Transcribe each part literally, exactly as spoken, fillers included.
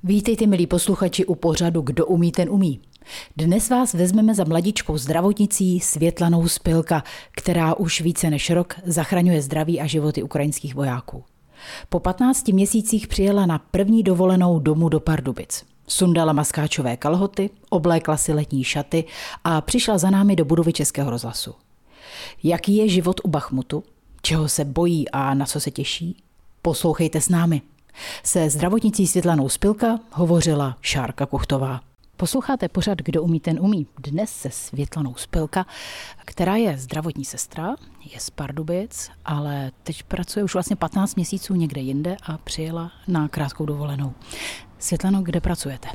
Vítejte, milí posluchači, u pořadu Kdo umí, ten umí. Dnes vás vezmeme za mladičkou zdravotnicí Světlanou Spilka, která už více než rok zachraňuje zdraví a životy ukrajinských vojáků. Po patnácti měsících přijela na první dovolenou domů do Pardubic. Sundala maskáčové kalhoty, oblékla si letní šaty a přišla za námi do budovy Českého rozhlasu. Jaký je život u Bachmutu? Čeho se bojí a na co se těší? Poslouchejte s námi. Se zdravotnicí Světlanou Spilka hovořila Šárka Kuchtová. Posloucháte pořad Kdo umí, ten umí. Dnes se Světlanou Spilka, která je zdravotní sestra, je z Pardubic, ale teď pracuje už vlastně patnáct měsíců někde jinde a přijela na krátkou dovolenou. Světlano, kde pracujete?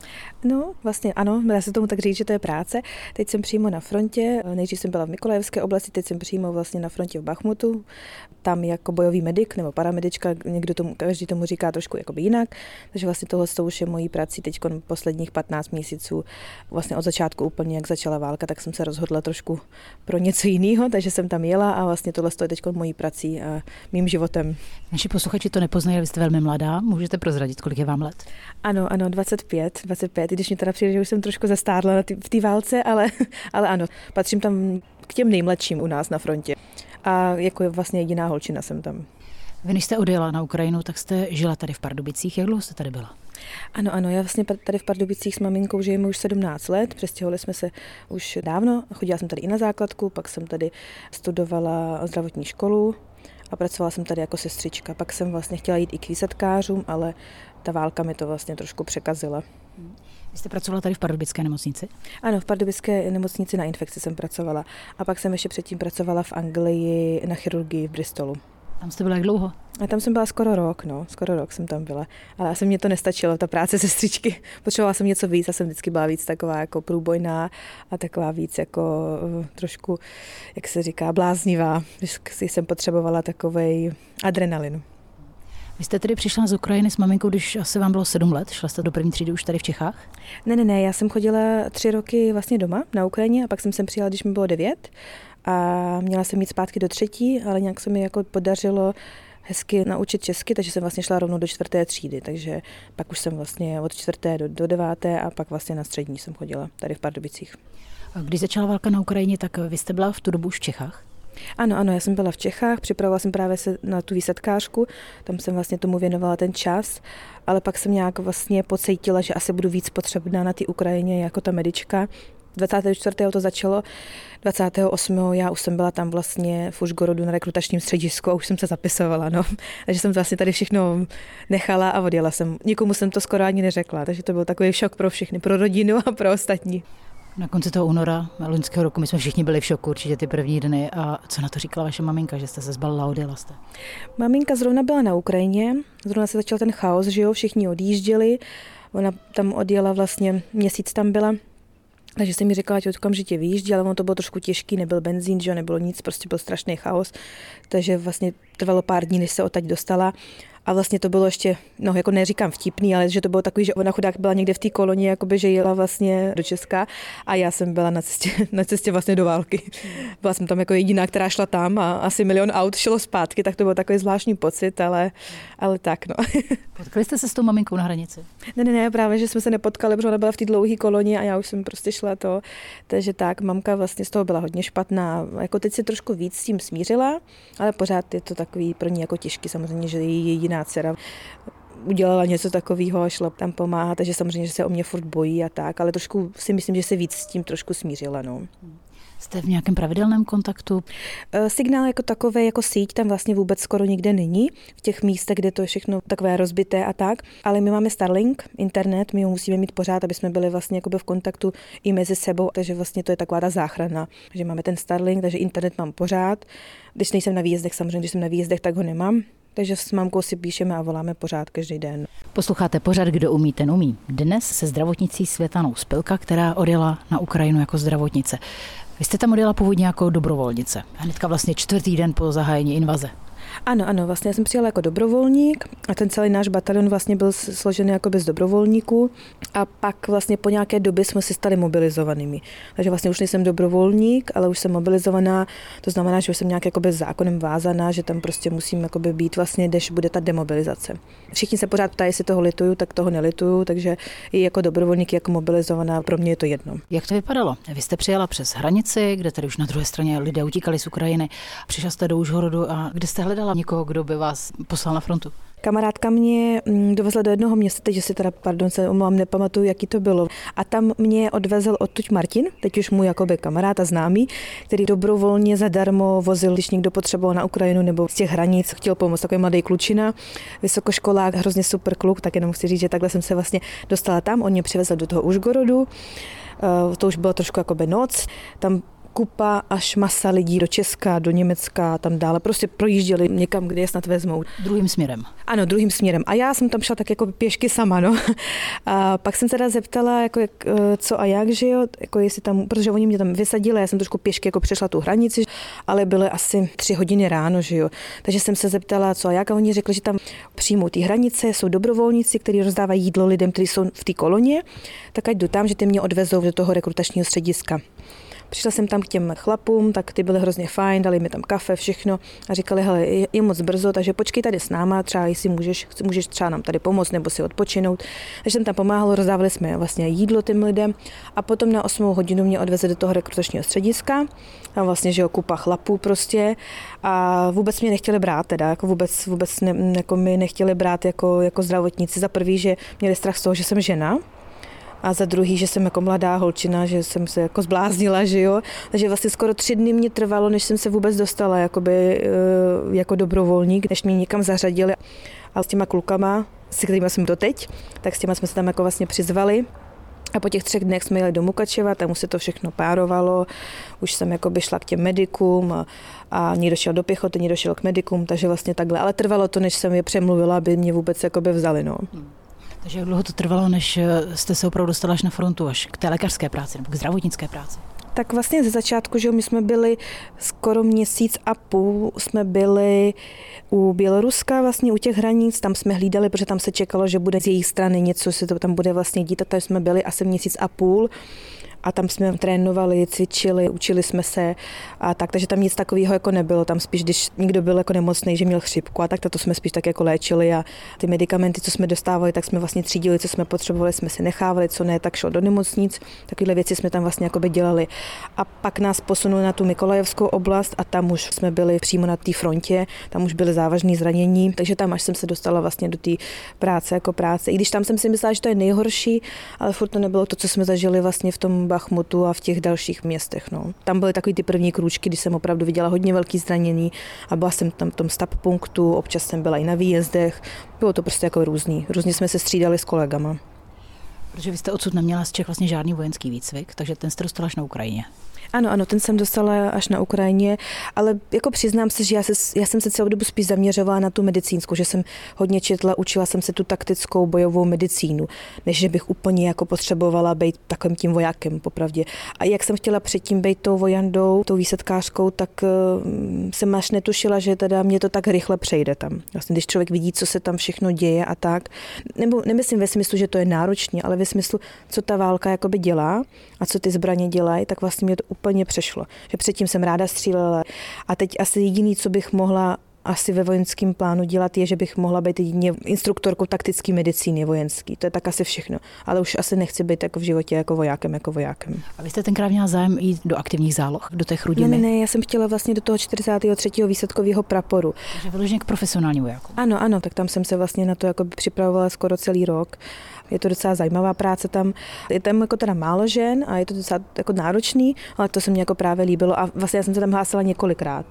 No, vlastně ano, dá se tomu tak říct, že to je práce. Teď jsem přímo na frontě, nejdřív jsem byla v Mykolajivské oblasti, teď jsem přímo vlastně na frontě v Bachmutu. Tam jako bojový medik nebo paramedička, někdo tomu, každý tomu říká trošku jakoby jinak. Takže vlastně tohle už je mojí prací teď posledních patnáct měsíců. Vlastně od začátku úplně, jak začala válka, tak jsem se rozhodla trošku pro něco jiného, takže jsem tam jela a vlastně tohle je teď mojí prací a mým životem. Naši posluchači to nepoznají, vy jste velmi mladá, můžete prozradit, kolik je vám let? Ano, ano, dvacet pět, dvacet pět, i když mi teda přijde, že už jsem trošku zastárla v té válce, ale, ale ano, patřím tam k těm nejmladším u nás na frontě. A jako vlastně jediná holčina jsem tam. Vy, než jste odjela na Ukrajinu, tak jste žila tady v Pardubicích. Jak dlouho jste tady byla? Ano, ano, já vlastně tady v Pardubicích s maminkou žijeme už sedmnáct let, přestěhovali jsme se už dávno, chodila jsem tady i na základku, pak jsem tady studovala zdravotní školu a pracovala jsem tady jako sestřička. Pak jsem vlastně chtěla jít i k výsadkářům, ale ta válka mi to vlastně trošku překazila. Vy jste pracovala tady v Pardubické nemocnici? Ano, v Pardubické nemocnici na infekci jsem pracovala. A pak jsem ještě předtím pracovala v Anglii na chirurgii v Bristolu. Tam jste byla jak dlouho? A tam jsem byla skoro rok, no, skoro rok jsem tam byla. Ale asi mě to nestačilo, ta práce sestřičky. Potřebovala jsem něco víc a jsem vždycky byla víc taková jako průbojná a taková víc jako uh, trošku, jak se říká, bláznivá. Vždycky jsem potřebovala takovej adrenalin. Vy jste tedy přišla z Ukrajiny s maminkou, když asi vám bylo sedm let? Šla jste do první třídy už tady v Čechách? Ne, ne, ne, já jsem chodila tři roky vlastně doma na Ukrajině a pak jsem sem přijela, když mi bylo devět a měla jsem jít zpátky do třetí, ale nějak se mi jako podařilo hezky naučit česky, takže jsem vlastně šla rovnou do čtvrté třídy, takže pak už jsem vlastně od čtvrté do, do deváté a pak vlastně na střední jsem chodila tady v Pardubicích. A když začala válka na Ukrajině, tak vy jste byla v tu dobu už v Čechách? Ano, ano, já jsem byla v Čechách, připravovala jsem právě se na tu výsadkářku, tam jsem vlastně tomu věnovala ten čas, ale pak jsem nějak vlastně pocítila, že asi budu víc potřebná na té Ukrajině jako ta medička. dvacátého čtvrtého to začalo, dvacátého osmého já už jsem byla tam vlastně v Užgorodu na rekrutačním středisku a už jsem se zapisovala, no. Takže jsem vlastně tady všechno nechala a odjela jsem. Nikomu jsem to skoro ani neřekla, takže to byl takový šok pro všechny, pro rodinu a pro ostatní. Na konci toho února loňského roku my jsme všichni byli v šoku, určitě ty první dny. A co na to říkala vaše maminka, že jste se zbalila a odjela jste? Maminka zrovna byla na Ukrajině, zrovna se začal ten chaos, že jo, všichni odjížděli. Ona tam odjela vlastně, měsíc tam byla. Takže jsem mi říkala, že okamžitě vyjíždí, ale ono to bylo trošku těžký, nebyl benzín, že jo, nebylo nic, prostě byl strašný chaos. Takže vlastně trvalo pár dní, než se odtaď dostala. A vlastně to bylo ještě, no jako neříkám vtipný, ale že to bylo takový, že ona chudák byla někde v té kolonii, jakoby, že jela vlastně do Česka a já jsem byla na cestě, na cestě vlastně do války. Byla jsem tam jako jediná, která šla tam a asi milion aut šlo zpátky, tak to byl takový zvláštní pocit, ale, ale tak no. Potkali jste se s tou maminkou na hranici? Ne, ne, ne, právě, že jsme se nepotkali, protože ona byla v té dlouhé kolonii a já už jsem prostě šla to. Takže tak, mamka vlastně z toho byla hodně špatná. Jako teď si trošku víc s tím smířila, ale pořád je to takový pro ní jako těžký, samozřejmě, že její jediná dcera udělala něco takového a šla tam pomáhat, takže samozřejmě, že se o mě furt bojí a tak, ale trošku si myslím, že se víc s tím trošku smířila, no. Jste v nějakém pravidelném kontaktu? Signál jako takové, jako síť tam vlastně vůbec skoro nikde není, v těch místech, kde to je všechno takové rozbité a tak, ale my máme Starlink, internet, my ho musíme mít pořád, aby jsme byli vlastně jakoby v kontaktu i mezi sebou, takže vlastně to je taková ta záchrana, že máme ten Starlink, takže internet mám pořád, když nejsem na výjezdech, samozřejmě, když jsem na výjezdech, tak ho nemám. Takže s mámkou si píšeme a voláme pořád každý den. Posloucháte pořad Kdo umí, ten umí. Dnes se zdravotnicí Světlanou Spilka, která odjela na Ukrajinu jako zdravotnice. Vy jste tam odjela původně jako dobrovolnice. Hnedka vlastně čtvrtý den po zahájení invaze. Ano, ano, vlastně já jsem přijela jako dobrovolník a ten celý náš batalion vlastně byl složený jako bez dobrovolníků a pak vlastně po nějaké době jsme se stali mobilizovanými. Takže vlastně už nejsem dobrovolník, ale už jsem mobilizovaná, to znamená, že už jsem nějak jako zákonem vázaná, že tam prostě musím jakoby být vlastně, když bude ta demobilizace. Všichni se pořád ptají, jestli toho lituju, tak toho nelituju, takže i jako dobrovolník, jako mobilizovaná, pro mě je to jedno. Jak to vypadalo? Vy jste přijela přes hranici, kde tady už na druhé straně lidé utíkali z Ukrajiny, přišla jste do Užhorodu a kde jste hledala někoho, kdo by vás poslal na frontu? Kamarádka mě dovezla do jednoho města, teď si teda, pardon, se omlouvám, nepamatuju, jaký to bylo. A tam mě odvezl odtud Martin, teď už můj jakoby kamarád a známý, který dobrovolně zadarmo vozil, když někdo potřeboval na Ukrajinu nebo z těch hranic, chtěl pomoct, takový mladý klučina, vysokoškolák, hrozně super kluk, tak jenom chci říct, že takhle jsem se vlastně dostala tam, on mě přivezl do toho Užhorodu, to už bylo trošku jakoby noc, tam kupa až masa lidí do Česka, do Německa, tam dále. Prostě projížděli někam, kde je snad vezmou. Druhým směrem. Ano, druhým směrem. A já jsem tam šla tak jako pěšky sama, no. A pak jsem se teda zeptala, jako jak, co a jak, že jo, jako jestli tam, protože oni mě tam vysadili, já jsem trošku pěšky jako přešla tu hranici, ale byly asi tři hodiny ráno, že jo. Takže jsem se zeptala, co a jak, a oni řekli, že tam přijmou ty hranice, jsou dobrovolníci, kteří rozdávají jídlo lidem, kteří jsou v té koloně, tak ať jdu tam, že ty mě odvezou do toho rekrutačního střediska. Přišla jsem tam k těm chlapům, tak ty byly hrozně fajn, dali mi tam kafe, všechno a říkali, hele, je, je moc brzo, takže počkej tady s náma, třeba jestli můžeš, můžeš třeba nám tady pomoct nebo si odpočinout. Takže jsem tam pomáhal, rozdávali jsme vlastně jídlo těm lidem a potom na osmou hodinu mě odvezli do toho rekrutačního střediska. Tam vlastně, že jo, kupa chlapů prostě a vůbec mě nechtěli brát teda, jako vůbec, vůbec ne, jako mi nechtěli brát jako, jako zdravotníci. Za prvý, že měli strach z toho, že jsem žena, a za druhý, že jsem jako mladá holčina, že jsem se jako zbláznila, že jo. Takže vlastně skoro tři dny mě trvalo, než jsem se vůbec dostala jakoby, jako dobrovolník, než mě někam zařadili. A s těma klukama, s kterými jsem doteď, tak s těma jsme se tam jako vlastně přizvali. A po těch třech dnech jsme jeli do Mukačeva, tam už se to všechno párovalo, už jsem jakoby šla k těm medikům a, a někdo šel do pěchoty, někdo šel k medikům, takže vlastně takhle. Ale trvalo to, než jsem je přemluvila, aby mě vůbec jakoby vzali, no. Hmm. Takže jak dlouho to trvalo, než jste se opravdu dostala až na frontu, až k té lékařské práci nebo k zdravotnické práci? Tak vlastně ze začátku, že my jsme byli skoro měsíc a půl, jsme byli u Běloruska, vlastně u těch hranic, tam jsme hlídali, protože tam se čekalo, že bude z jejich strany něco, se to tam bude vlastně dít, takže jsme byli asi měsíc a půl. A tam jsme trénovali, cvičili, učili jsme se a tak, takže tam nic takového jako nebylo. Tam spíš, když někdo byl jako nemocný, že měl chřipku a tak, to jsme spíš tak jako léčili a ty medicamenty, co jsme dostávali, tak jsme vlastně třídili, co jsme potřebovali, jsme si nechávali, co ne, tak šlo do nemocnic. Takovéhle věci jsme tam vlastně jakoby dělali. A pak nás posunuli na tu Mykolajevskou oblast a tam už jsme byli přímo na té frontě, tam už byly závažné zranění, takže tam až jsem se dostala vlastně do té práce jako práce. I když tam jsem si myslela, že to je nejhorší, ale furt to nebylo to, co jsme zažili vlastně v tom Bachmutu a v těch dalších městech. No. Tam byly takový ty první krůčky, kdy jsem opravdu viděla hodně velký zranění a byla jsem tam v tom stop punktu, občas jsem byla i na výjezdech. Bylo to prostě jako různý. Různě jsme se střídali s kolegama. Protože vy jste odsud neměla z Čech vlastně žádný vojenský výcvik, takže ten jste dostala až na Ukrajině. Ano, ano, ten jsem dostala až na Ukrajině, ale jako přiznám se, že já, se, já jsem se celou dobu spíš zaměřovala na tu medicínskou, že jsem hodně četla, učila jsem se tu taktickou bojovou medicínu, než že bych úplně jako potřebovala být takovým tím vojákem popravdě. A jak jsem chtěla předtím být tou vojandou, tou výsadkářkou, tak uh, jsem až netušila, že teda mě to tak rychle přejde tam. Vlastně, když člověk vidí, co se tam všechno děje a tak, nebo nemyslím ve smyslu, že to je náročné, ale ve smyslu, co ta válka jakoby dělá a co ty zbraně dělají, tak vlastně mě to úplně přešlo. Že předtím jsem ráda střílela a teď asi jediný, co bych mohla asi ve vojenském plánu dělat, je, že bych mohla být jedině instruktorkou taktické medicíny vojenský. To je tak asi všechno. Ale už asi nechci být jako v životě jako vojákem, jako vojákem. A vy jste tenkrát měla zájem jít do aktivních záloh, do té Chrudimi? Ne, ne, ne, já jsem chtěla vlastně do toho čtyřicátého třetího výsadkového praporu. Takže vyloženě k profesionálnímu vojáku. Ano, ano, tak tam jsem se vlastně na to jako připravovala skoro celý rok. Je to docela zajímavá práce tam. Je tam jako teda málo žen a je to docela jako náročný, ale to se mně jako právě líbilo a vlastně já jsem se tam hlásila několikrát.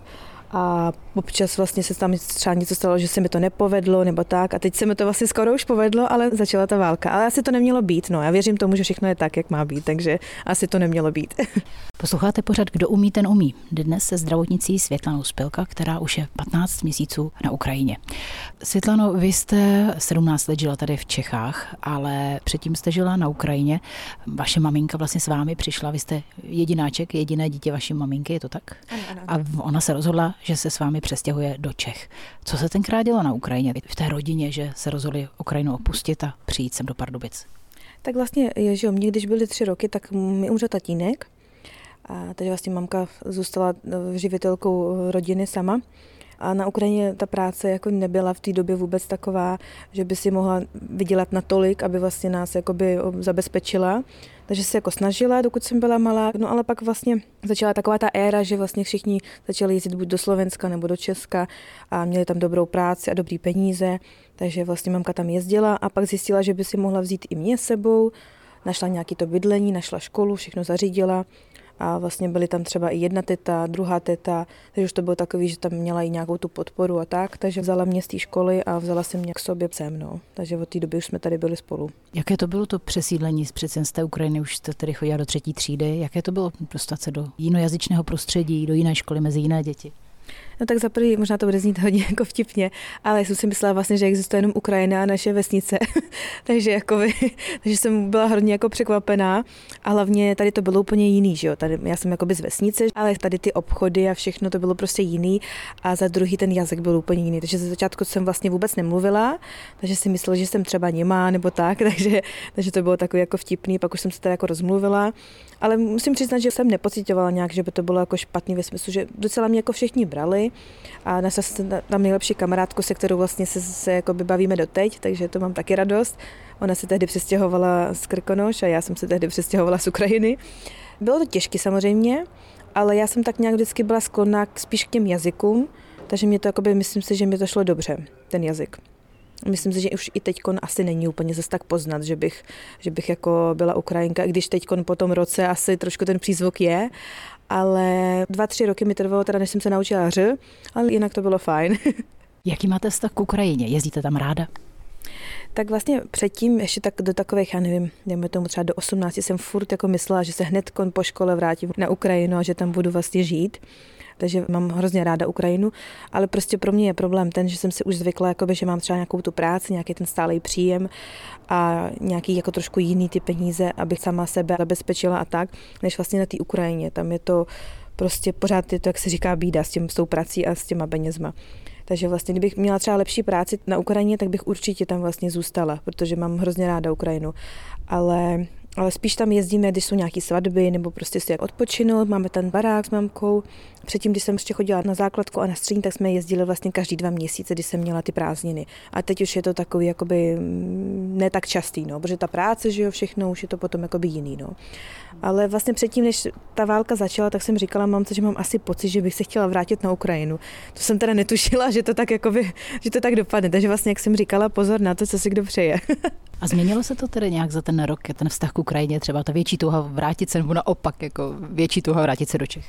A občas vlastně se tam třeba něco stalo, že se mi to nepovedlo nebo tak a teď se mi to vlastně skoro už povedlo, ale začala ta válka. Ale asi to nemělo být, no. Já věřím tomu, že všechno je tak, jak má být, takže asi to nemělo být. Posloucháte pořad Kdo umí, ten umí. Dnes se zdravotnicí Světlanou Spilka, která už je patnáct měsíců na Ukrajině. Světlano, vy jste sedmnáct let žila tady v Čechách, ale předtím jste žila na Ukrajině. Vaše maminka vlastně s vámi přišla, vy jste jedináček, jediné dítě vaší maminky, je to tak? Ano, ano. A ona se rozhodla, že se s vámi přestěhuje do Čech. Co se tenkrát dělo na Ukrajině, v té rodině, že se rozhodli Ukrajinu opustit a přijít sem do Pardubic? Tak vlastně, že jo, mě když byly tři roky, tak mi umřel tatínek. A takže vlastně mamka zůstala živitelkou rodiny sama. A na Ukrajině ta práce jako nebyla v té době vůbec taková, že by si mohla vydělat natolik, aby vlastně nás jakoby zabezpečila. Takže se jako snažila, dokud jsem byla malá. No ale pak vlastně začala taková ta éra, že vlastně všichni začali jezdit buď do Slovenska nebo do Česka a měli tam dobrou práci a dobrý peníze. Takže vlastně mamka tam jezdila a pak zjistila, že by si mohla vzít i mě s sebou. Našla nějaký to bydlení, našla školu, všechno zařídila. A vlastně byly tam třeba i jedna teta, druhá teta, takže už to bylo takový, že tam měla i nějakou tu podporu a tak, takže vzala mě z té školy a vzala se mě k sobě sem, no. Takže od té doby už jsme tady byli spolu. Jaké to bylo to přesídlení z přece z té Ukrajiny, už jste tady chodila do třetí třídy, jaké to bylo dostat se do jinojazyčného prostředí, do jiné školy, mezi jiné děti? No tak za prvý, možná to bude znít hodně jako vtipně, ale já jsem si myslela vlastně, že existuje jenom Ukrajina a naše vesnice, takže, jakoby, takže jsem byla hodně jako překvapená a hlavně tady to bylo úplně jiný, že jo, tady já jsem jakoby z vesnice, ale tady ty obchody a všechno to bylo prostě jiný a za druhý ten jazyk byl úplně jiný, takže ze začátku jsem vlastně vůbec nemluvila, takže si myslela, že jsem třeba němá nebo tak, takže, takže to bylo takový jako vtipný, pak už jsem se tady jako rozmluvila, ale musím přiznat, že jsem nepocitovala nějak, že by to bylo jako špatný ve smyslu, že docela mě jako všichni brali a našla jsem tam nejlepší kamarádku, se kterou vlastně se, se jakoby bavíme doteď, takže to mám taky radost. Ona se tehdy přestěhovala z Krkonoš a já jsem se tehdy přestěhovala z Ukrajiny. Bylo to těžké samozřejmě, ale já jsem tak nějak vždycky byla sklonná spíš k těm jazykům, takže mě to jakoby, myslím si, že mi to šlo dobře, ten jazyk. Myslím si, že už i teďkon asi není úplně zase tak poznat, že bych, že bych jako byla Ukrajinka, i když teďkon po tom roce asi trošku ten přízvuk je, ale dva, tři roky mi trvalo teda, než jsem se naučila ř, ale jinak to bylo fajn. Jaký máte vztah k Ukrajině? Jezdíte tam ráda? Tak vlastně předtím, ještě tak do takových, já nevím, dejme tomu třeba do osmnácti jsem furt jako myslela, že se hned po škole vrátím na Ukrajinu a že tam budu vlastně žít. Takže mám hrozně ráda Ukrajinu, ale prostě pro mě je problém ten, že jsem si už zvykla, jakoby, že mám třeba nějakou tu práci, nějaký ten stálej příjem a nějaký jako trošku jiný ty peníze, abych sama sebe zabezpečila a tak, než vlastně na té Ukrajině. Tam je to prostě pořád je to, jak se říká, bída s, tím, s tou prací a s těma penězma. Takže vlastně, kdybych měla třeba lepší práci na Ukrajině, tak bych určitě tam vlastně zůstala, protože mám hrozně ráda Ukrajinu. Ale Ale spíš tam jezdíme, když jsou nějaké svatby, nebo prostě si jak odpočinout, máme ten barák s mamkou. Předtím, když jsem ještě chodila na základku a na střední, tak jsme jezdili vlastně každý dva měsíce, když jsem měla ty prázdniny. A teď už je to takový jakoby ne tak častý, no, protože ta práce, že jo, všechno, už je to potom jakoby jiný, no. Ale vlastně předtím, než ta válka začala, tak jsem říkala mamce, že mám asi pocit, že bych se chtěla vrátit na Ukrajinu. To jsem teda netušila, že to tak jakoby, že to tak dopadne. Takže vlastně, jak jsem říkala, pozor na to, co si kdo přeje. A změnilo se to tedy nějak za ten rok, ten vztah k Ukrajině, třeba ta větší touha vrátit se, nebo naopak, jako větší touha vrátit se do Čech?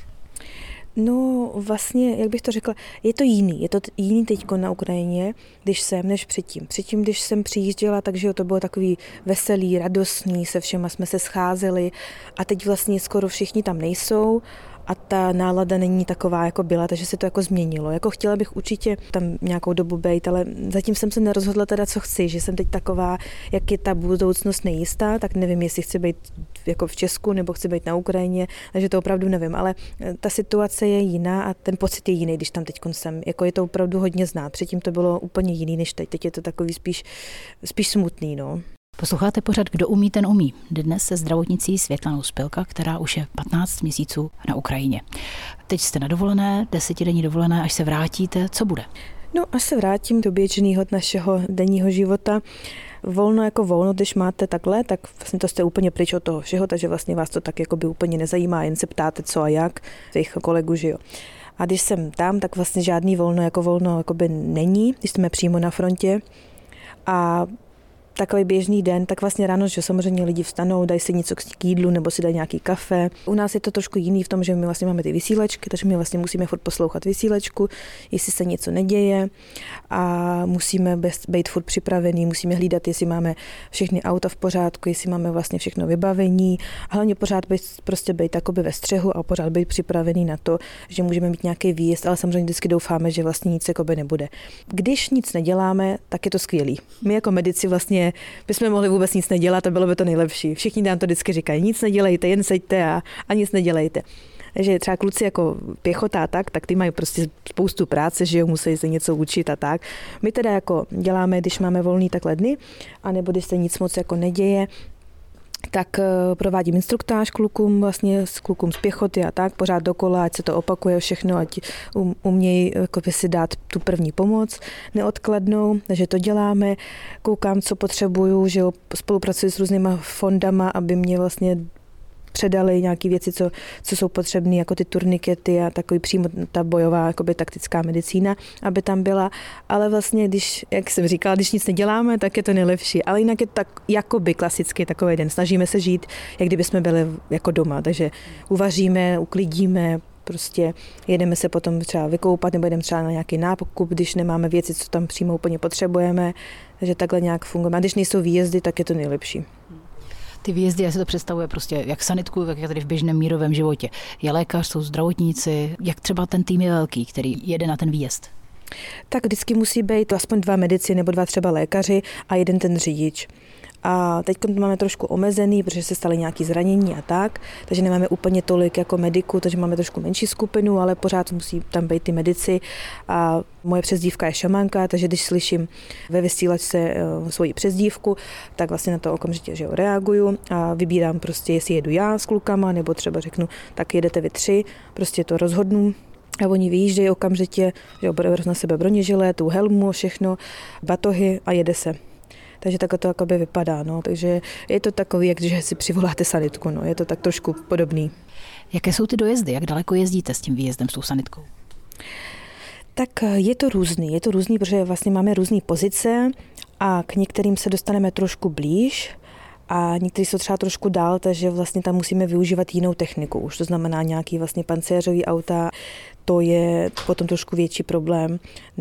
No vlastně, jak bych to řekla, je to jiný. Je to jiný teďko na Ukrajině, když jsem, než předtím. Předtím, když jsem přijížděla, takže to bylo takový veselý, radostný, se všema jsme se scházeli a teď vlastně skoro všichni tam nejsou a ta nálada není taková, jako byla, takže se to jako změnilo. Jako chtěla bych určitě tam nějakou dobu bejt, ale zatím jsem se nerozhodla teda, co chci, že jsem teď taková, jak je ta budoucnost nejistá, tak nevím, jestli chci být jako v Česku nebo chci být na Ukrajině, takže to opravdu nevím, ale ta situace je jiná a ten pocit je jiný, když tam teď jsem. Jako je to opravdu hodně znát. Předtím to bylo úplně jiný než teď. Teď je to takový spíš, spíš smutný, no. Posloucháte pořad Kdo umí, ten umí. Dnes se zdravotnicí Světlanou Spilka, která už je patnáct měsíců na Ukrajině. Teď jste na dovolené, desetidenní dovolené, až se vrátíte, co bude? No, až se vrátím do běžného našeho denního života, volno jako volno, když máte takhle, tak vlastně to jste úplně pryč od toho všeho, takže vlastně vás to tak jako by úplně nezajímá, jen se ptáte co a jak svých kolegů, že jo. A když jsem tam, tak vlastně žádný volno jako volno jakoby není, když jsme přímo na frontě a takový běžný den, tak vlastně ráno, že samozřejmě lidi vstanou, dají si něco k jídlu nebo si dají nějaký kafe. U nás je to trošku jiný v tom, že my vlastně máme ty vysílačky, takže my vlastně musíme furt poslouchat vysílačku, jestli se něco neděje a musíme být furt připravený, musíme hlídat, jestli máme všechny auta v pořádku, jestli máme vlastně všechno vybavení a hlavně pořád být, prostě být takoby ve střehu a pořád být připravený na to, že můžeme mít nějaký výjezd, ale samozřejmě vždycky doufáme, že vlastně nic jakoby nebude. Když nic neděláme, tak je to skvělý. My jako medici vlastně bychom mohli vůbec nic nedělat a bylo by to nejlepší. Všichni nám to vždycky říkají, nic nedělejte, jen seďte a, a nic nedělejte. že třeba kluci jako pěchota a tak, tak ty mají prostě spoustu práce, že jo, musí se něco učit a tak. My teda jako děláme, když máme volný takhle dny, anebo když se nic moc jako neděje, tak provádím instruktáž klukům, vlastně s klukům z pěchoty a tak, pořád dokola, ať se to opakuje všechno, ať umějí jako si dát tu první pomoc neodkladnou, takže to děláme. Koukám, co potřebuju, že jo, spolupracuji s různýma fondama, aby mě vlastně předali nějaké věci, co, co jsou potřebné, jako ty turnikety a takový přímo ta bojová jakoby, taktická medicína, aby tam byla. Ale vlastně, když, jak jsem říkala, když nic neděláme, tak je to nejlepší. Ale jinak je to tak jakoby klasicky takový den. Snažíme se žít, jak kdyby jsme byli jako doma. Takže uvaříme, uklidíme, prostě jedeme se potom třeba vykoupat nebo jedeme třeba na nějaký nákup, když nemáme věci, co tam přímo úplně potřebujeme. Takže takhle nějak funguje. A když nejsou výjezdy, tak je to nejlepší. Ty výjezdy, já si to představuje prostě jak sanitku, jak je tady v běžném mírovém životě. Je lékař, jsou zdravotníci, jak třeba ten tým je velký, který jede na ten výjezd? Tak vždycky musí být aspoň dva medici nebo dva třeba lékaři a jeden ten řidič. A teď to máme trošku omezený, protože se staly nějaké zranění a tak, takže nemáme úplně tolik jako mediků, takže máme trošku menší skupinu, ale pořád musí tam být ty medici. A moje přezdívka je šamanka, takže když slyším ve vysílačce svoji přezdívku, tak vlastně na to okamžitě že jo, reaguju a vybírám prostě, jestli jedu já s klukama, nebo třeba řeknu, tak jedete vy tři, prostě to rozhodnu. A oni vyjíždějí okamžitě, že jo, bude na sebe broněžilet, tu helmu, všechno, batohy a jede se. Takže takhle to jakoby vypadá, no. Takže je to takový, jak když si přivoláte sanitku, no. Je to tak trošku podobný. Jaké jsou ty dojezdy? Jak daleko jezdíte s tím výjezdem, s tou sanitkou? Tak je to různý. Je to různý, protože vlastně máme různé pozice a k některým se dostaneme trošku blíž a někteří jsou třeba trošku dál, takže vlastně tam musíme využívat jinou techniku. Už to znamená nějaký vlastně pancéřový auta, to je potom trošku větší problém,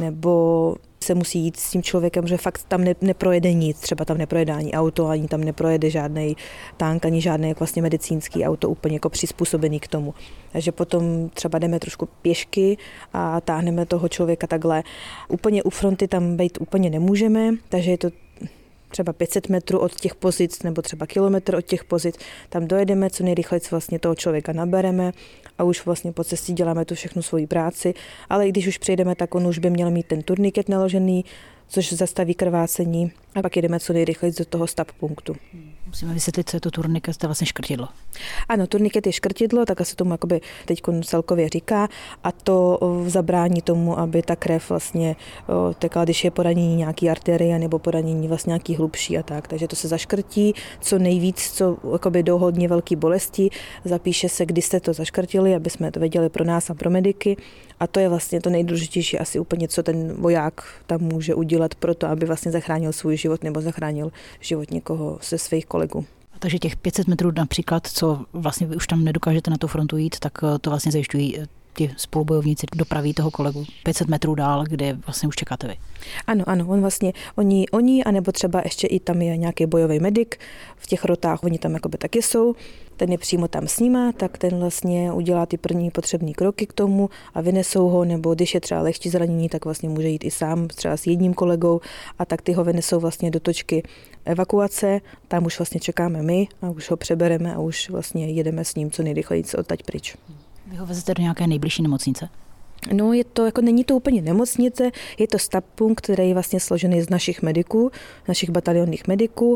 nebo se musí jít s tím člověkem, že fakt tam ne, neprojede nic, třeba tam neprojede ani auto, ani tam neprojede žádný tank, ani žádný jako vlastně medicínský auto úplně jako přizpůsobený k tomu. Takže potom třeba jdeme trošku pěšky a táhneme toho člověka takhle. Úplně u fronty tam být úplně nemůžeme, takže je to třeba pět set metrů od těch pozic nebo třeba kilometr od těch pozic, tam dojedeme, co nejrychleji vlastně toho člověka nabereme a už vlastně po cestě děláme tu všechnu svoji práci, ale i když už přijedeme, tak on už by měl mít ten turniket naložený, což zastaví krvácení a pak jedeme co nejrychleji do toho stop punktu. Musíme vysvětlit, co je to turniket, to je vlastně škrtidlo. Ano, turniket je škrtidlo, tak se tomu jakoby teď celkově říká a to zabrání tomu, aby ta krev vlastně tekla, když je poranění nějaký arterie nebo poranění vlastně nějaký hlubší a tak. Takže to se zaškrtí, co nejvíc, co jakoby do hodně velký bolesti, zapíše se, kdy jste to zaškrtili, aby jsme to věděli pro nás a pro mediky. A to je vlastně to nejdůležitější asi úplně, co ten voják tam může udělat pro to, aby vlastně zachránil svůj život nebo zachránil život někoho ze svých kolegů. Takže těch pět set metrů například, co vlastně vy už tam nedokážete na tu frontu jít, tak to vlastně zajišťují ti spolubojovníci, dopraví toho kolegu pět set metrů dál, kde vlastně už čekáte vy. Ano, ano, on vlastně, oni, oni, anebo třeba ještě i tam je nějaký bojový medik, v těch rotách oni tam jakoby taky jsou, ten je přímo tam s nima, tak ten vlastně udělá ty první potřebné kroky k tomu a vynesou ho, nebo když je třeba lehčí zranění, tak vlastně může jít i sám, třeba s jedním kolegou a tak ty ho vynesou vlastně do točky evakuace, tam už vlastně čekáme my a už ho přebereme a už vlastně jedeme s ním co nejrychleji odtaď pryč. Vy ho vezete do nějaké nejbližší nemocnice? No, je to, jako není to úplně nemocnice, je to stop punkt, který je vlastně složený z našich mediků, našich batalionních mediků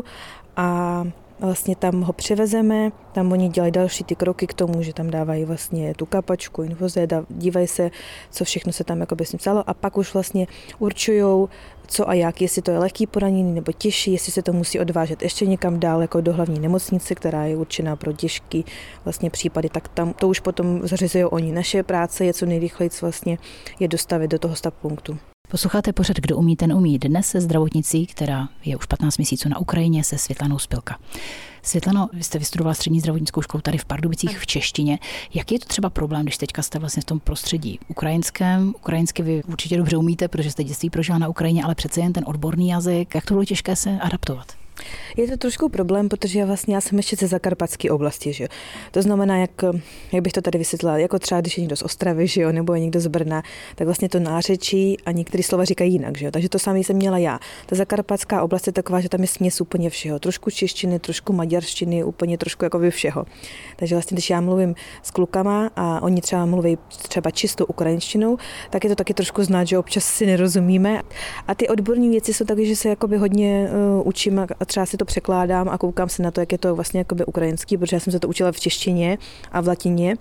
a vlastně tam ho přivezeme, tam oni dělají další ty kroky k tomu, že tam dávají vlastně tu kapačku, infuzé, dívají se, co všechno se tam jako by s ním stalo a pak už vlastně určujou, co a jak, jestli to je lehký poranění nebo těžší, jestli se to musí odvážet ještě někam dál, jako do hlavní nemocnice, která je určená pro těžký vlastně případy, tak tam to už potom zařizují oni. Naše práce je co nejrychleji vlastně je dostavit do toho stop punktu. Posloucháte pořad Kdo umí, ten umí. Dnes se zdravotnicí, která je už patnáct měsíců na Ukrajině, se Světlanou Spilka. Světlano, vy jste vystudovala střední zdravotnickou školu tady v Pardubicích v češtině. Jaký je to třeba problém, když teďka jste vlastně v tom prostředí ukrajinském? Ukrajinsky vy určitě dobře umíte, protože jste dětství prožila na Ukrajině, ale přece jen ten odborný jazyk. Jak to bylo těžké se adaptovat? Je to trošku problém, protože já vlastně já jsem ještě ze zakarpatské oblasti, že jo. To znamená, jak, jak bych to tady vysvětlila, jako třeba když je někdo z Ostravy, že jo, nebo je někdo z Brna, tak vlastně to nářečí a některé slova říkají jinak, že jo. Takže to samé jsem měla já. Ta zakarpatská oblast je taková, že tam je směs úplně všeho. Trošku češtiny, trošku maďarštiny, úplně trošku jakoby všeho. Takže vlastně, když já mluvím s klukama a oni třeba mluví třeba čistou ukrajinštinou, tak je to taky trošku znát, že občas si nerozumíme. A ty odborné věci jsou taky, že se jakoby hodně uh, učím a třeba si to překládám a koukám se na to, jak je to vlastně jakoby ukrajinský, protože já jsem se to učila v češtině a v latině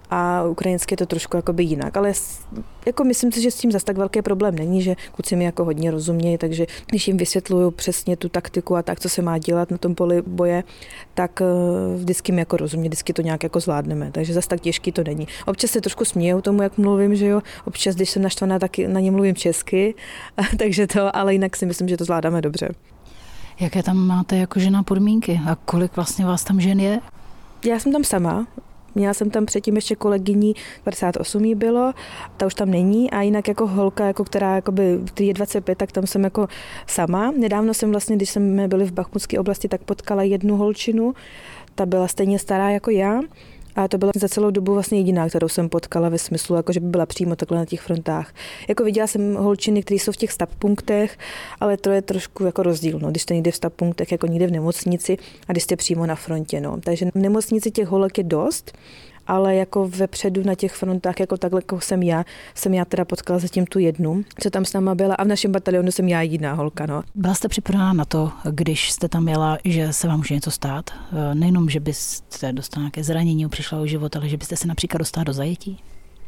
a ukrajinsky je to trošku jakoby jinak, ale jako myslím si, že s tím zas tak velký problém není, že kluci mi jako hodně rozumějí, takže když jim vysvětluju přesně tu taktiku a tak, co se má dělat na tom poli boje, tak vždycky mi jako rozumí, vždycky to nějak jako zvládneme, takže zas tak těžký to není. Občas se trošku smějou tomu, jak mluvím, že jo, občas, když jsem naštvaná, tak na ně mluvím česky, takže to, ale jinak si myslím, že to zvládáme dobře. Jaké tam máte jako žena podmínky a kolik vlastně vás tam žen je? Já jsem tam sama. Měla jsem tam předtím ještě kolegyní, padesát osm jí bylo, ta už tam není a jinak jako holka, jako která jakoby, který je dvacet pět, tak tam jsem jako sama. Nedávno jsem vlastně, když jsme byli v Bachmutské oblasti, tak potkala jednu holčinu, ta byla stejně stará jako já. A to byla za celou dobu vlastně jediná, kterou jsem potkala ve smyslu, jako že by byla přímo takhle na těch frontách. Jako viděla jsem holčiny, které jsou v těch stabilizačních, ale to je trošku jako rozdíl, no, když jste někde v stabilizačních, jako někde v nemocnici a když jste přímo na frontě. No. Takže v nemocnici těch holek je dost, ale jako vepředu na těch frontách, jako takhle, jako jsem já, jsem já teda potkala zatím tu jednu, co tam s náma byla a v našem batalionu jsem já jediná holka. No. Byla jste připravená na to, když jste tam jela, že se vám může něco stát? Nejenom, že byste dostala nějaké zranění, přišla o život, ale že byste se například dostala do zajetí?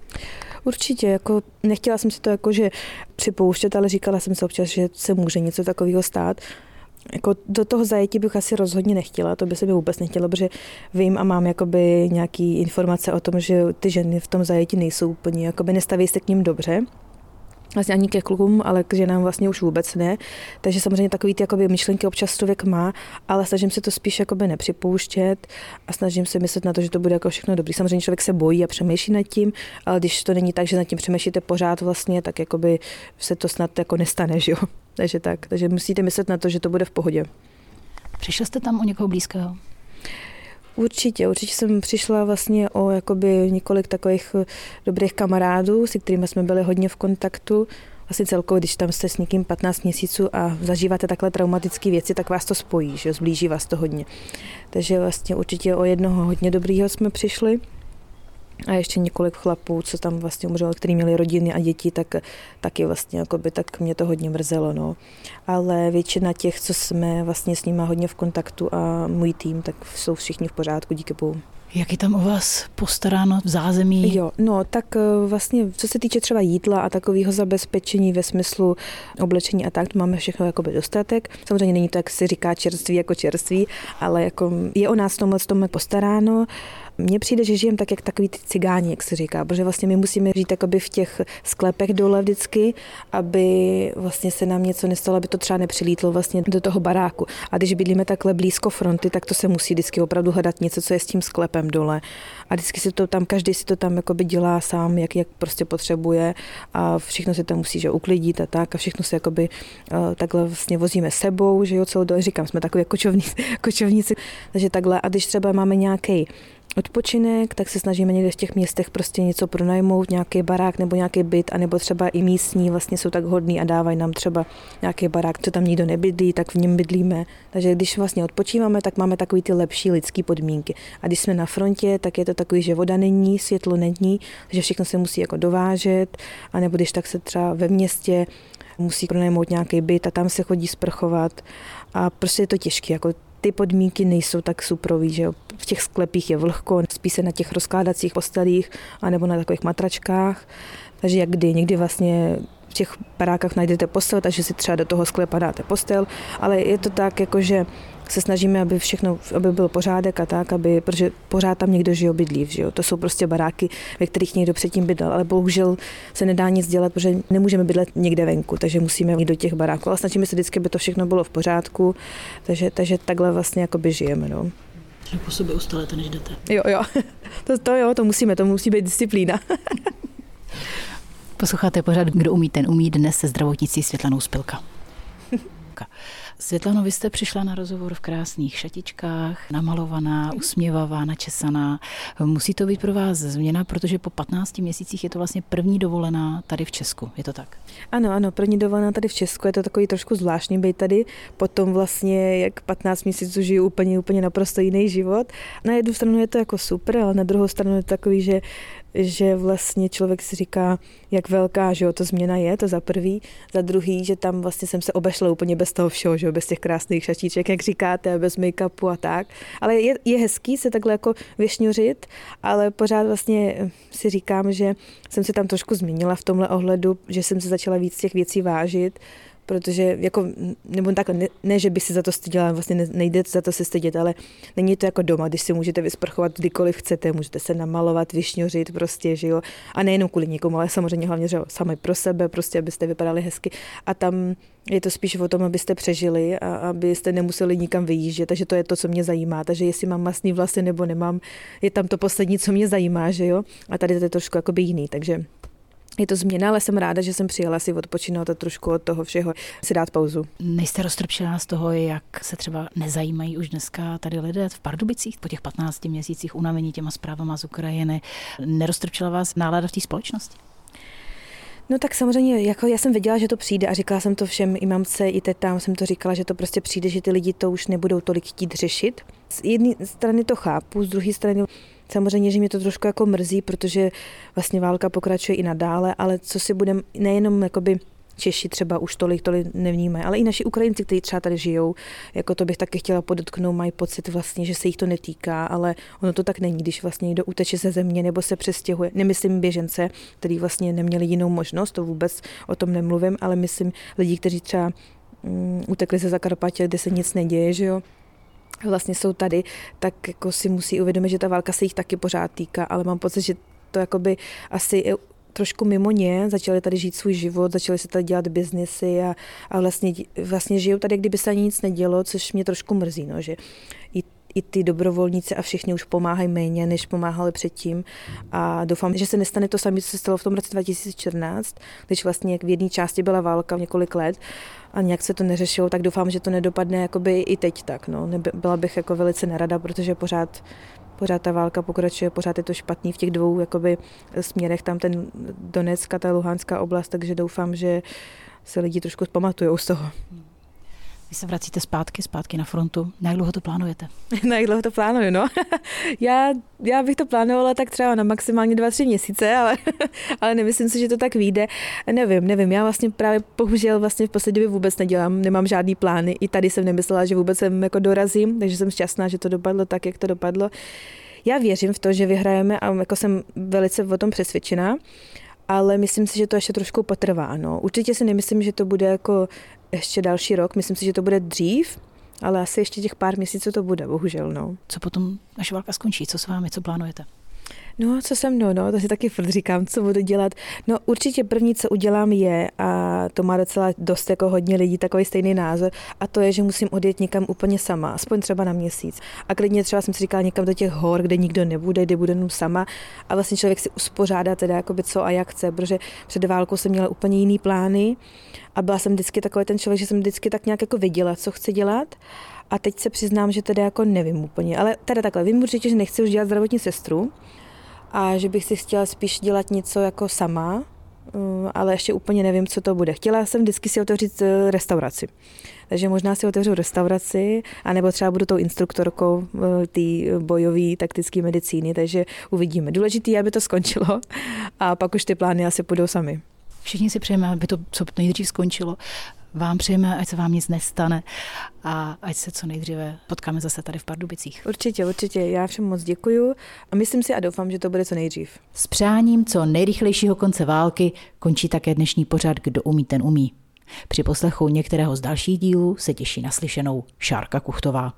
Určitě, jako nechtěla jsem si to jakože připouštět, ale říkala jsem si občas, že se může něco takového stát. Jako do toho zajetí bych asi rozhodně nechtěla, to by se mi vůbec nechtělo, protože vím a mám jakoby nějaký informace o tom, že ty ženy v tom zajetí nejsou úplně, jakoby nestaví se k ním dobře. Vlastně ani ke klukům, ale k ženám vlastně už vůbec ne. Takže samozřejmě takový ty jakoby myšlenky občas člověk má, ale snažím se to spíš jakoby nepřipouštět a snažím se myslet na to, že to bude jako všechno dobrý. Samozřejmě člověk se bojí a přemýšlí nad tím, ale když to není tak, že nad tím přemýšlíte pořád vlastně, tak jakoby se to snad jako nestane, že jo. Takže tak, takže musíte myslet na to, že to bude v pohodě. Přišla jste tam o někoho blízkého? Určitě, určitě jsem přišla vlastně o jakoby několik takových dobrých kamarádů, se kterými jsme byli hodně v kontaktu. Vlastně celkově, když tam jste s někým patnáct měsíců a zažíváte takhle traumatické věci, tak vás to spojí, že zblíží vás to hodně. Takže vlastně určitě o jednoho hodně dobrýho jsme přišli. A ještě několik chlapů, co tam vlastně umřelo, kteří měli rodiny a děti, tak taky vlastně jakoby, tak mě to hodně mrzelo, no. Ale většina těch, co jsme vlastně s nimi hodně v kontaktu a můj tým, tak jsou všichni v pořádku, díky bohu. Jak je tam u vás postaráno v zázemí? Jo, no tak vlastně, co se týče třeba jídla a takového zabezpečení ve smyslu oblečení a tak, to máme všechno jakoby dostatek. Samozřejmě není to, jak se říká, čerství jako čerství, ale jako je o nás tomhle tomu postaráno. Mně přijde, že žijem tak, jak takový ty cigáni, jak se říká, protože vlastně my musíme žít jakoby v těch sklepech dole vždycky, aby vlastně se nám něco nestalo, aby to třeba nepřilítlo vlastně do toho baráku. A když bydlíme takhle blízko fronty, tak to se musí vždycky opravdu hledat něco, co je s tím sklepem dole. A vždycky si to tam, každý si to tam jakoby dělá sám, jak, jak prostě potřebuje a všechno se tam musí že uklidit a tak a všechno se jakoby uh, takhle vlastně vozíme sebou, že jo, celou dobu, říkám, jsme takový kočovníci, kočovníci, takže takhle. A když třeba máme nějaký odpočinek, tak se snažíme někde v těch městech prostě něco pronajmout, nějaký barák nebo nějaký byt, anebo třeba i místní vlastně jsou tak hodní a dávají nám třeba nějaký barák, co tam nikdo nebydlí, tak v něm bydlíme. Takže když vlastně odpočíváme, tak máme takový ty lepší lidský podmínky. A když jsme na frontě, tak je to takový, že voda není, světlo není, takže všechno se musí jako dovážet, anebo když tak se třeba ve městě musí pronajmout nějaký byt a tam se chodí sprchovat a prostě je to těžké, jako ty podmínky nejsou tak suprový, že jo. V těch sklepích je vlhko, spí se na těch rozkládacích postelích anebo na takových matračkách. Takže jak kdy, někdy vlastně v těch barákách najdete postel, takže si třeba do toho sklepa dáte postel, ale je to tak, jakože se snažíme, aby všechno, aby byl pořádek a tak, aby, protože pořád tam někdo žije bydlí, že jo. To jsou prostě baráky, ve kterých někdo předtím bydlel, ale bohužel se nedá nic dělat, protože nemůžeme bydlet někde venku, takže musíme jít do těch baráků, ale snažíme se vždycky, aby to všechno bylo v pořádku, takže, takže takhle vlastně jakoby žijeme, no. Že po sobě ustalete, než jdete. Jo, jo, to, to jo, to musíme, to musí být disciplína. Posloucháte pořád Kdo umí, ten umí, dnes se zdravotnicí Světlanou Spilka. Světlano, vy jste přišla na rozhovor v krásných šatičkách, namalovaná, usměvavá, načesaná. Musí to být pro vás změna, protože po patnácti měsících je to vlastně první dovolená tady v Česku, je to tak? Ano, ano, první dovolená tady v Česku, je to takový trošku zvláštní být tady, potom vlastně jak patnáct měsíců žiju úplně, úplně naprosto jiný život. Na jednu stranu je to jako super, ale na druhou stranu je to takový, že že vlastně člověk si říká, jak velká, že jo, to změna je, to za prvý, za druhý, že tam vlastně jsem se obešla úplně bez toho všeho, že jo, bez těch krásných šatíček, jak říkáte, bez make-upu a tak. Ale je, je hezký se takhle jako vyšňuřit, ale pořád vlastně si říkám, že jsem se tam trošku změnila v tomhle ohledu, že jsem se začala víc těch věcí vážit, protože jako, nebo tak, ne, ne, že by si za to styděla, vlastně ne, nejde za to se stydět, ale není to jako doma, když si můžete vysprchovat kdykoliv chcete, můžete se namalovat, vyšňořit prostě, že jo, a nejenom kvůli nikomu, ale samozřejmě hlavně, že jo, sami pro sebe, prostě, abyste vypadali hezky a tam je to spíš o tom, abyste přežili a abyste nemuseli nikam vyjíždět, takže to je to, co mě zajímá, takže jestli mám masný vlasy nebo nemám, je tam to poslední, co mě zajímá, že jo, a tady to je trošku jakoby jiný, takže je to změna, ale jsem ráda, že jsem přijela si odpočinout a trošku od toho všeho si dát pauzu. Nejste roztrpčená z toho, jak se třeba nezajímají už dneska tady lidé v Pardubicích po těch patnácti měsících unavení těma zprávama z Ukrajiny? Neroztrpčila vás nálada v té společnosti? No tak samozřejmě, jako já jsem věděla, že to přijde a říkala jsem to všem i mamce, i tetám jsem to říkala, že to prostě přijde, že ty lidi to už nebudou tolik chtít řešit. Z jedné strany to chápu, z druhé strany samozřejmě, že mě to trošku jako mrzí, protože vlastně válka pokračuje i nadále, ale co si budeme, nejenom jakoby Češi třeba už tolik, tolik nevnímají, ale i naši Ukrajinci, kteří třeba tady žijou, jako to bych taky chtěla podotknout, mají pocit vlastně, že se jich to netýká, ale ono to tak není, když vlastně někdo uteče ze země nebo se přestěhuje. Nemyslím běžence, kteří vlastně neměli jinou možnost, to vůbec o tom nemluvím, ale myslím lidi, kteří třeba um, utekli ze Zakarpatě, kde se nic neděje, že jo. Vlastně jsou tady, tak jako si musí uvědomit, že ta válka se jich taky pořád týká, ale mám pocit, že to jakoby asi trošku mimo ně, začali tady žít svůj život, začali se tady dělat biznesy a, a vlastně, vlastně žijou tady, kdyby se ani nic nedělo, což mě trošku mrzí, no, že i, i ty dobrovolníci a všichni už pomáhají méně, než pomáhali předtím a doufám, že se nestane to samé, co se stalo v tom roce dva tisíce čtrnáct, když vlastně v jedné části byla válka v několik let a nějak se to neřešilo, tak doufám, že to nedopadne jakoby i teď tak, no. Byla bych jako velice nerada, protože pořád Pořád ta válka pokračuje, pořád je to špatný v těch dvou jakoby, směrech, tam ten Donecka, ta Luhanská oblast, takže doufám, že se lidi trošku pamatujou z toho. Vy se vracíte zpátky, zpátky na frontu. Na jak dlouho to plánujete? Na jak dlouho to plánuju, no. já, já bych to plánovala tak třeba na maximálně dva, tři měsíce, ale, ale nemyslím si, že to tak vyjde. Nevím, nevím, já vlastně právě bohužel vlastně v poslední době vůbec nedělám, nemám žádný plány. I tady jsem nemyslela, že vůbec sem jako dorazím, takže jsem šťastná, že to dopadlo tak, jak to dopadlo. Já věřím v to, že vyhrajeme a jako jsem velice o tom přesvědčená, ale myslím si, že to ještě trošku potrvá. No. Určitě si nemyslím, že to bude jako ještě další rok, myslím si, že to bude dřív, ale asi ještě těch pár měsíců to bude, bohužel. No. Co potom, až válka skončí, co s vámi, co plánujete? No, co se mnou, no, to si taky furt říkám, co budu dělat. No, určitě první, co udělám je, a to má docela dost jako hodně lidí takový stejný názor, a to je, že musím odjet někam úplně sama, aspoň třeba na měsíc. A klidně třeba jsem si říkala někam do těch hor, kde nikdo nebude, kde budu jenom sama a vlastně člověk si uspořádá teda jakoby co a jak chce, protože před válkou jsem měla úplně jiný plány a byla jsem vždycky takový ten člověk, že jsem vždycky tak nějak jako věděla, co chci dělat. A teď se přiznám, že teda jako nevím úplně, ale teda takhle, vím určitě, že nechci už dělat zdravotní sestru, a že bych si chtěla spíš dělat něco jako sama, ale ještě úplně nevím, co to bude. Chtěla jsem vždycky si otevřít restauraci. Takže možná si otevřu restauraci, anebo třeba budu tou instruktorkou té bojové taktické medicíny, takže uvidíme. Důležité je, aby to skončilo a pak už ty plány asi půjdou sami. Všichni si přejeme, aby to co nejdřív skončilo. Vám přejeme, ať se vám nic nestane a ať se co nejdříve potkáme zase tady v Pardubicích. Určitě, určitě. Já všem moc děkuju a myslím si a doufám, že to bude co nejdřív. S přáním co nejrychlejšího konce války končí také dnešní pořad Kdo umí, ten umí. Při poslechu některého z dalších dílů se těší naslyšenou Šárka Kuchtová.